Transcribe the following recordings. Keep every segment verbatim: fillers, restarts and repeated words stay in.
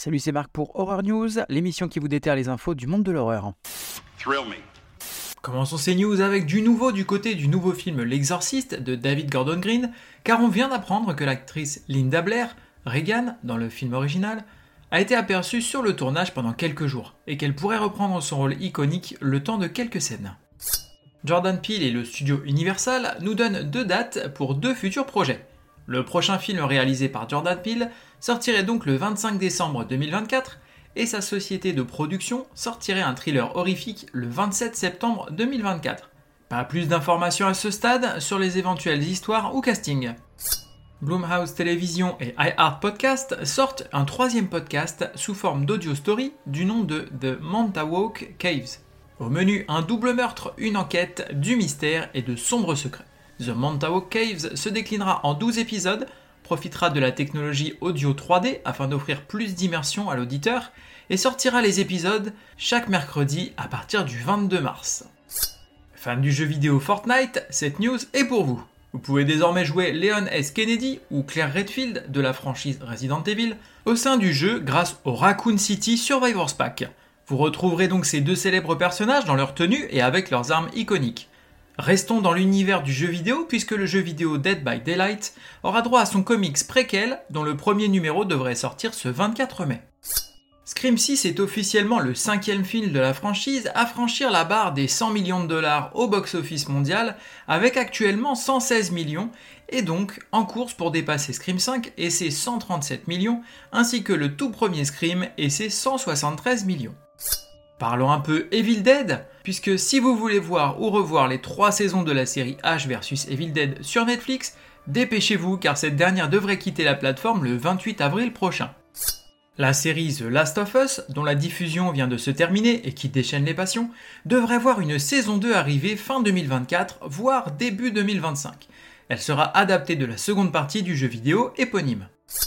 Salut, c'est Marc pour Horror News, l'émission qui vous déterre les infos du monde de l'horreur. Thrill me. Commençons ces news avec du nouveau du côté du nouveau film L'Exorciste de David Gordon Green, car on vient d'apprendre que l'actrice Linda Blair, Regan, dans le film original, a été aperçue sur le tournage pendant quelques jours, et qu'elle pourrait reprendre son rôle iconique le temps de quelques scènes. Jordan Peele et le studio Universal nous donnent deux dates pour deux futurs projets. Le prochain film réalisé par Jordan Peele sortirait donc le vingt-cinq décembre deux mille vingt-quatre, et sa société de production sortirait un thriller horrifique le vingt-sept septembre deux mille vingt-quatre. Pas plus d'informations à ce stade sur les éventuelles histoires ou casting. Blumhouse Television et iHeart Podcast sortent un troisième podcast sous forme d'audio story du nom de The Montauk Caves. Au menu, un double meurtre, une enquête, du mystère et de sombres secrets. The Montauk Caves se déclinera en douze épisodes, profitera de la technologie audio trois D afin d'offrir plus d'immersion à l'auditeur et sortira les épisodes chaque mercredi à partir du vingt-deux mars. Fan du jeu vidéo Fortnite, cette news est pour vous. Vous pouvez désormais jouer Leon S. Kennedy ou Claire Redfield de la franchise Resident Evil au sein du jeu grâce au Raccoon City Survivors Pack. Vous retrouverez donc ces deux célèbres personnages dans leur tenue et avec leurs armes iconiques. Restons dans l'univers du jeu vidéo puisque le jeu vidéo Dead by Daylight aura droit à son comics préquel dont le premier numéro devrait sortir ce vingt-quatre mai. Scream six est officiellement le cinquième film de la franchise à franchir la barre des cent millions de dollars au box-office mondial avec actuellement cent seize millions et donc en course pour dépasser Scream cinq et ses cent trente-sept millions ainsi que le tout premier Scream et ses cent soixante-treize millions. Parlons un peu Evil Dead, puisque si vous voulez voir ou revoir les trois saisons de la série Ash versus. Evil Dead sur Netflix, dépêchez-vous car cette dernière devrait quitter la plateforme le vingt-huit avril prochain. La série The Last of Us, dont la diffusion vient de se terminer et qui déchaîne les passions, devrait voir une saison deux arriver fin deux mille vingt-quatre, voire début deux mille vingt-cinq. Elle sera adaptée de la seconde partie du jeu vidéo éponyme.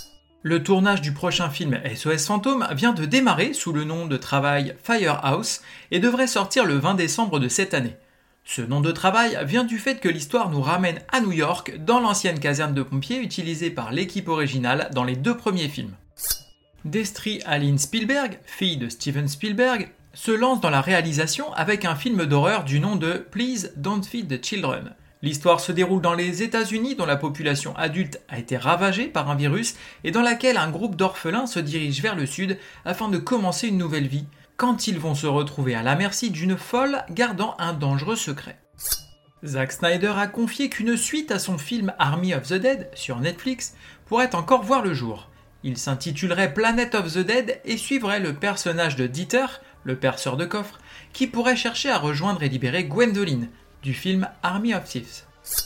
Le tournage du prochain film S O S Fantôme vient de démarrer sous le nom de travail Firehouse et devrait sortir le vingt décembre de cette année. Ce nom de travail vient du fait que l'histoire nous ramène à New York dans l'ancienne caserne de pompiers utilisée par l'équipe originale dans les deux premiers films. Destry Aline Spielberg, fille de Steven Spielberg, se lance dans la réalisation avec un film d'horreur du nom de Please Don't Feed the Children. L'histoire se déroule dans les États-Unis dont la population adulte a été ravagée par un virus et dans laquelle un groupe d'orphelins se dirige vers le sud afin de commencer une nouvelle vie, quand ils vont se retrouver à la merci d'une folle gardant un dangereux secret. Zack Snyder a confié qu'une suite à son film Army of the Dead sur Netflix pourrait encore voir le jour. Il s'intitulerait Planet of the Dead et suivrait le personnage de Dieter, le perceur de coffres, qui pourrait chercher à rejoindre et libérer Gwendoline, du film Army of Thieves.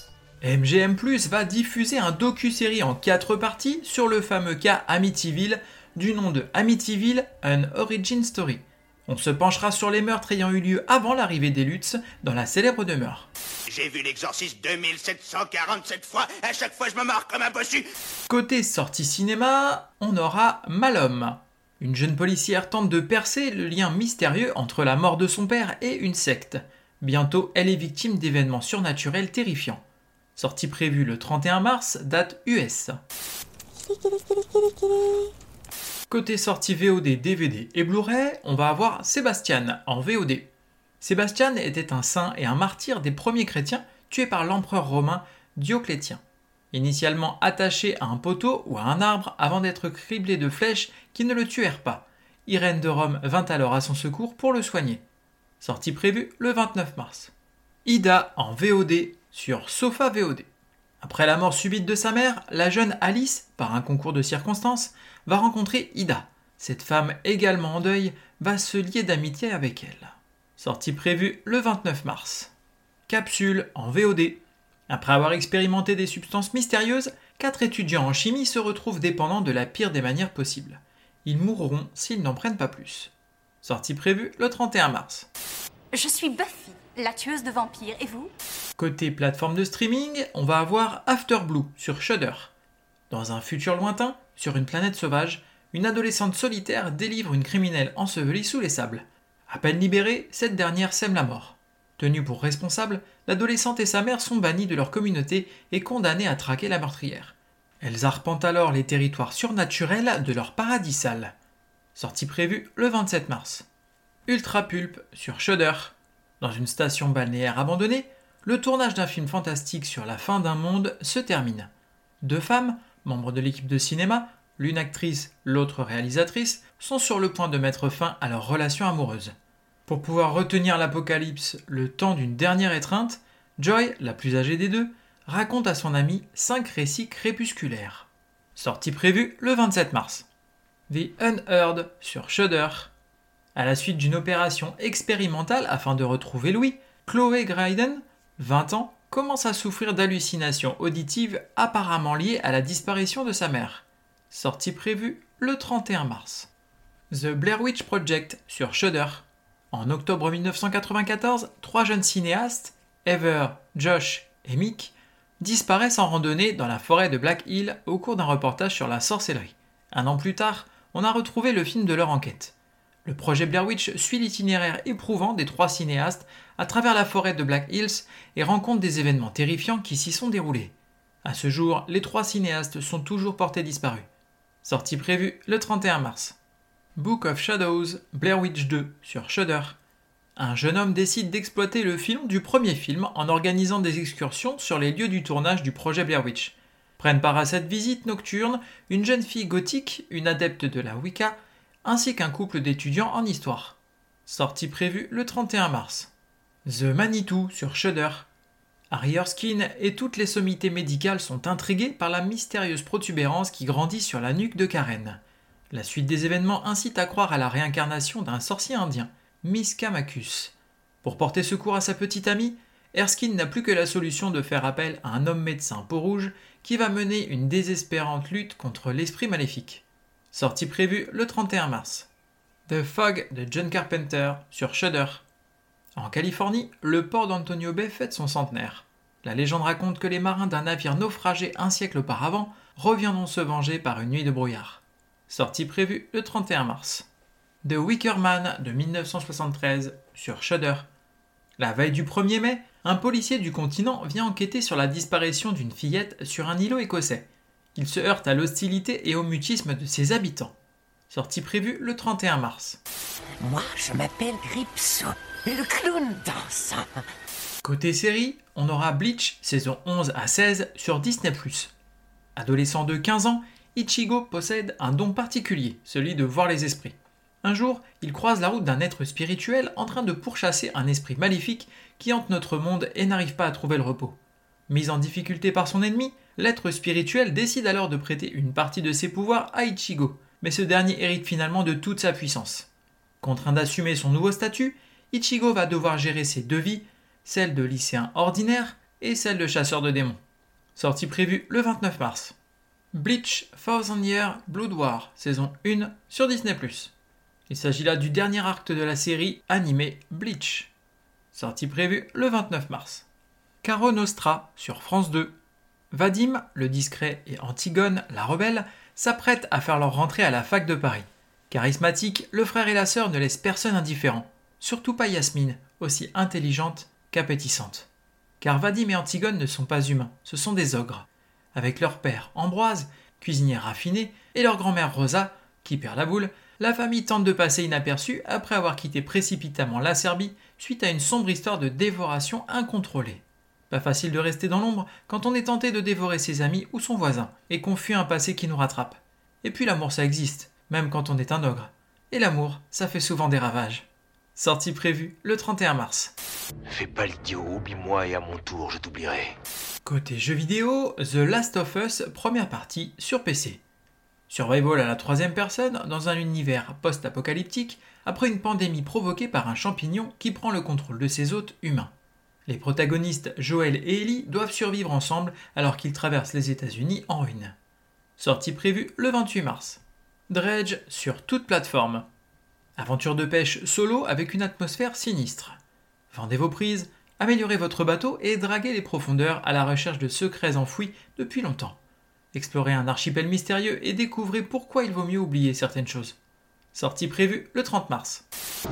M G M plus va diffuser un docu-série en quatre parties sur le fameux cas Amityville du nom de Amityville An Origin Story. On se penchera sur les meurtres ayant eu lieu avant l'arrivée des Lutz dans la célèbre demeure. J'ai vu l'exorciste deux mille sept cent quarante-sept fois, à chaque fois je me marre comme un bossu. Côté sortie cinéma, on aura Malhomme. Une jeune policière tente de percer le lien mystérieux entre la mort de son père et une secte. Bientôt, elle est victime d'événements surnaturels terrifiants. Sortie prévue le trente et un mars, date U S. Côté sortie V O D, D V D et Blu-ray, on va avoir Sébastien en V O D. Sébastien était un saint et un martyr des premiers chrétiens tués par l'empereur romain Dioclétien. Initialement attaché à un poteau ou à un arbre avant d'être criblé de flèches qui ne le tuèrent pas, Irène de Rome vint alors à son secours pour le soigner. Sortie prévue le vingt-neuf mars. Ida en V O D sur Sofa V O D. Après la mort subite de sa mère, la jeune Alice, par un concours de circonstances, va rencontrer Ida. Cette femme, également en deuil, va se lier d'amitié avec elle. Sortie prévue le vingt-neuf mars. Capsule en V O D. Après avoir expérimenté des substances mystérieuses, quatre étudiants en chimie se retrouvent dépendants de la pire des manières possibles. Ils mourront s'ils n'en prennent pas plus. Sortie prévue le trente et un mars. Je suis Buffy, la tueuse de vampires, et vous ? Côté plateforme de streaming, on va avoir After Blue sur Shudder. Dans un futur lointain, sur une planète sauvage, une adolescente solitaire délivre une criminelle ensevelie sous les sables. À peine libérée, cette dernière sème la mort. Tenue pour responsable, l'adolescente et sa mère sont bannies de leur communauté et condamnées à traquer la meurtrière. Elles arpentent alors les territoires surnaturels de leur paradis sale. sortie prévue le vingt-sept mars. Ultra Pulp sur Shudder. Dans une station balnéaire abandonnée, le tournage d'un film fantastique sur la fin d'un monde se termine. Deux femmes, membres de l'équipe de cinéma, l'une actrice, l'autre réalisatrice, sont sur le point de mettre fin à leur relation amoureuse. Pour pouvoir retenir l'apocalypse le temps d'une dernière étreinte, Joy, la plus âgée des deux, raconte à son amie cinq récits crépusculaires. Sortie prévue le vingt-sept mars. The Unheard sur Shudder. À la suite d'une opération expérimentale afin de retrouver Louis, Chloé Graydon, vingt ans, commence à souffrir d'hallucinations auditives apparemment liées à la disparition de sa mère. Sortie prévue le trente et un mars. The Blair Witch Project sur Shudder. En octobre mille neuf cent quatre-vingt-quatorze, trois jeunes cinéastes, Heather, Josh et Mick, disparaissent en randonnée dans la forêt de Black Hill au cours d'un reportage sur la sorcellerie. Un an plus tard, on a retrouvé le film de leur enquête. Le projet Blair Witch suit l'itinéraire éprouvant des trois cinéastes à travers la forêt de Black Hills et rencontre des événements terrifiants qui s'y sont déroulés. À ce jour, les trois cinéastes sont toujours portés disparus. Sortie prévue le trente et un mars. Book of Shadows, Blair Witch deux sur Shudder. Un jeune homme décide d'exploiter le film du premier film en organisant des excursions sur les lieux du tournage du projet Blair Witch. Prennent part à cette visite nocturne une jeune fille gothique, une adepte de la Wicca, ainsi qu'un couple d'étudiants en histoire. Sortie prévue le trente et un mars. The Manitou sur Shudder. Harry Erskine et toutes les sommités médicales sont intriguées par la mystérieuse protubérance qui grandit sur la nuque de Karen. La suite des événements incite à croire à la réincarnation d'un sorcier indien, Miscamacus. Pour porter secours à sa petite amie, Erskine n'a plus que la solution de faire appel à un homme médecin peau-rouge qui va mener une désespérante lutte contre l'esprit maléfique. Sortie prévue le trente et un mars. The Fog de John Carpenter sur Shudder. En Californie, le port d'Antonio Bay fête son centenaire. La légende raconte que les marins d'un navire naufragé un siècle auparavant reviendront se venger par une nuit de brouillard. Sortie prévue le trente et un mars. The Wicker Man de mille neuf cent soixante-treize sur Shudder. La veille du premier mai, un policier du continent vient enquêter sur la disparition d'une fillette sur un îlot écossais. Il se heurte à l'hostilité et au mutisme de ses habitants. Sortie prévue le trente et un mars. Moi, je m'appelle Gripsou, le clown dansant. Côté série, on aura Bleach, saison onze à seize, sur Disney plus. Adolescent de quinze ans, Ichigo possède un don particulier, celui de voir les esprits. Un jour, il croise la route d'un être spirituel en train de pourchasser un esprit maléfique qui hante notre monde et n'arrive pas à trouver le repos. Mis en difficulté par son ennemi, l'être spirituel décide alors de prêter une partie de ses pouvoirs à Ichigo, mais ce dernier hérite finalement de toute sa puissance. Contraint d'assumer son nouveau statut, Ichigo va devoir gérer ses deux vies, celle de lycéen ordinaire et celle de chasseur de démons. Sortie prévue le vingt-neuf mars. Bleach Thousand Year Blood War, saison un sur Disney plus. Il s'agit là du dernier arc de la série animée Bleach. Sortie prévue le vingt-neuf mars. Caro Nostra sur France deux. Vadim, le discret, et Antigone, la rebelle, s'apprêtent à faire leur rentrée à la fac de Paris. Charismatique, le frère et la sœur ne laissent personne indifférent. Surtout pas Yasmine, aussi intelligente qu'appétissante. Car Vadim et Antigone ne sont pas humains, ce sont des ogres. Avec leur père Ambroise, cuisinier raffiné, et leur grand-mère Rosa, qui perd la boule, la famille tente de passer inaperçue après avoir quitté précipitamment la Serbie suite à une sombre histoire de dévoration incontrôlée. Pas facile de rester dans l'ombre quand on est tenté de dévorer ses amis ou son voisin et qu'on fuit un passé qui nous rattrape. Et puis l'amour ça existe, même quand on est un ogre. Et l'amour, ça fait souvent des ravages. Sortie prévue le trente et un mars. Fais pas l'idiot, oublie-moi et à mon tour je t'oublierai. Côté jeux vidéo, The Last of Us, première partie sur P C. Survival à la troisième personne dans un univers post-apocalyptique après une pandémie provoquée par un champignon qui prend le contrôle de ses hôtes humains. Les protagonistes Joel et Ellie doivent survivre ensemble alors qu'ils traversent les États-Unis en ruine. Sortie prévue le vingt-huit mars. Dredge sur toute plateforme. Aventure de pêche solo avec une atmosphère sinistre. Vendez vos prises, améliorez votre bateau et draguez les profondeurs à la recherche de secrets enfouis depuis longtemps. Explorez un archipel mystérieux et découvrez pourquoi il vaut mieux oublier certaines choses. Sortie prévue le trente mars.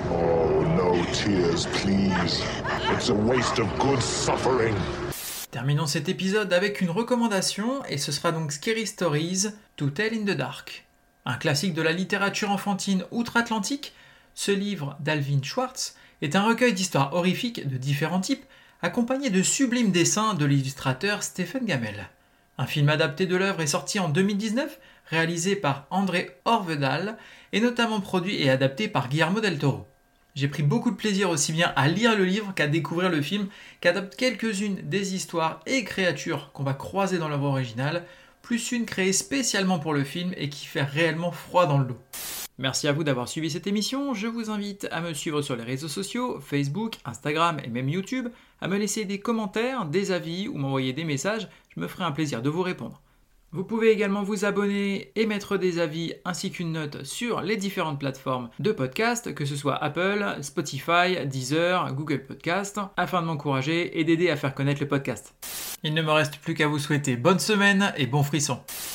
Oh, no tears, please. It's a waste of good suffering. Terminons cet épisode avec une recommandation et ce sera donc Scary Stories to Tell in the Dark. Un classique de la littérature enfantine outre-Atlantique, ce livre d'Alvin Schwartz est un recueil d'histoires horrifiques de différents types, accompagné de sublimes dessins de l'illustrateur Stephen Gammell. Un film adapté de l'œuvre est sorti en deux mille dix-neuf, réalisé par André Horvedal, et notamment produit et adapté par Guillermo del Toro. J'ai pris beaucoup de plaisir aussi bien à lire le livre qu'à découvrir le film, qui adapte quelques-unes des histoires et créatures qu'on va croiser dans l'œuvre originale, plus une créée spécialement pour le film et qui fait réellement froid dans le dos. Merci à vous d'avoir suivi cette émission, je vous invite à me suivre sur les réseaux sociaux, Facebook, Instagram et même YouTube, à me laisser des commentaires, des avis ou m'envoyer des messages, je me ferai un plaisir de vous répondre. Vous pouvez également vous abonner et mettre des avis ainsi qu'une note sur les différentes plateformes de podcast, que ce soit Apple, Spotify, Deezer, Google Podcast, afin de m'encourager et d'aider à faire connaître le podcast. Il ne me reste plus qu'à vous souhaiter bonne semaine et bon frisson.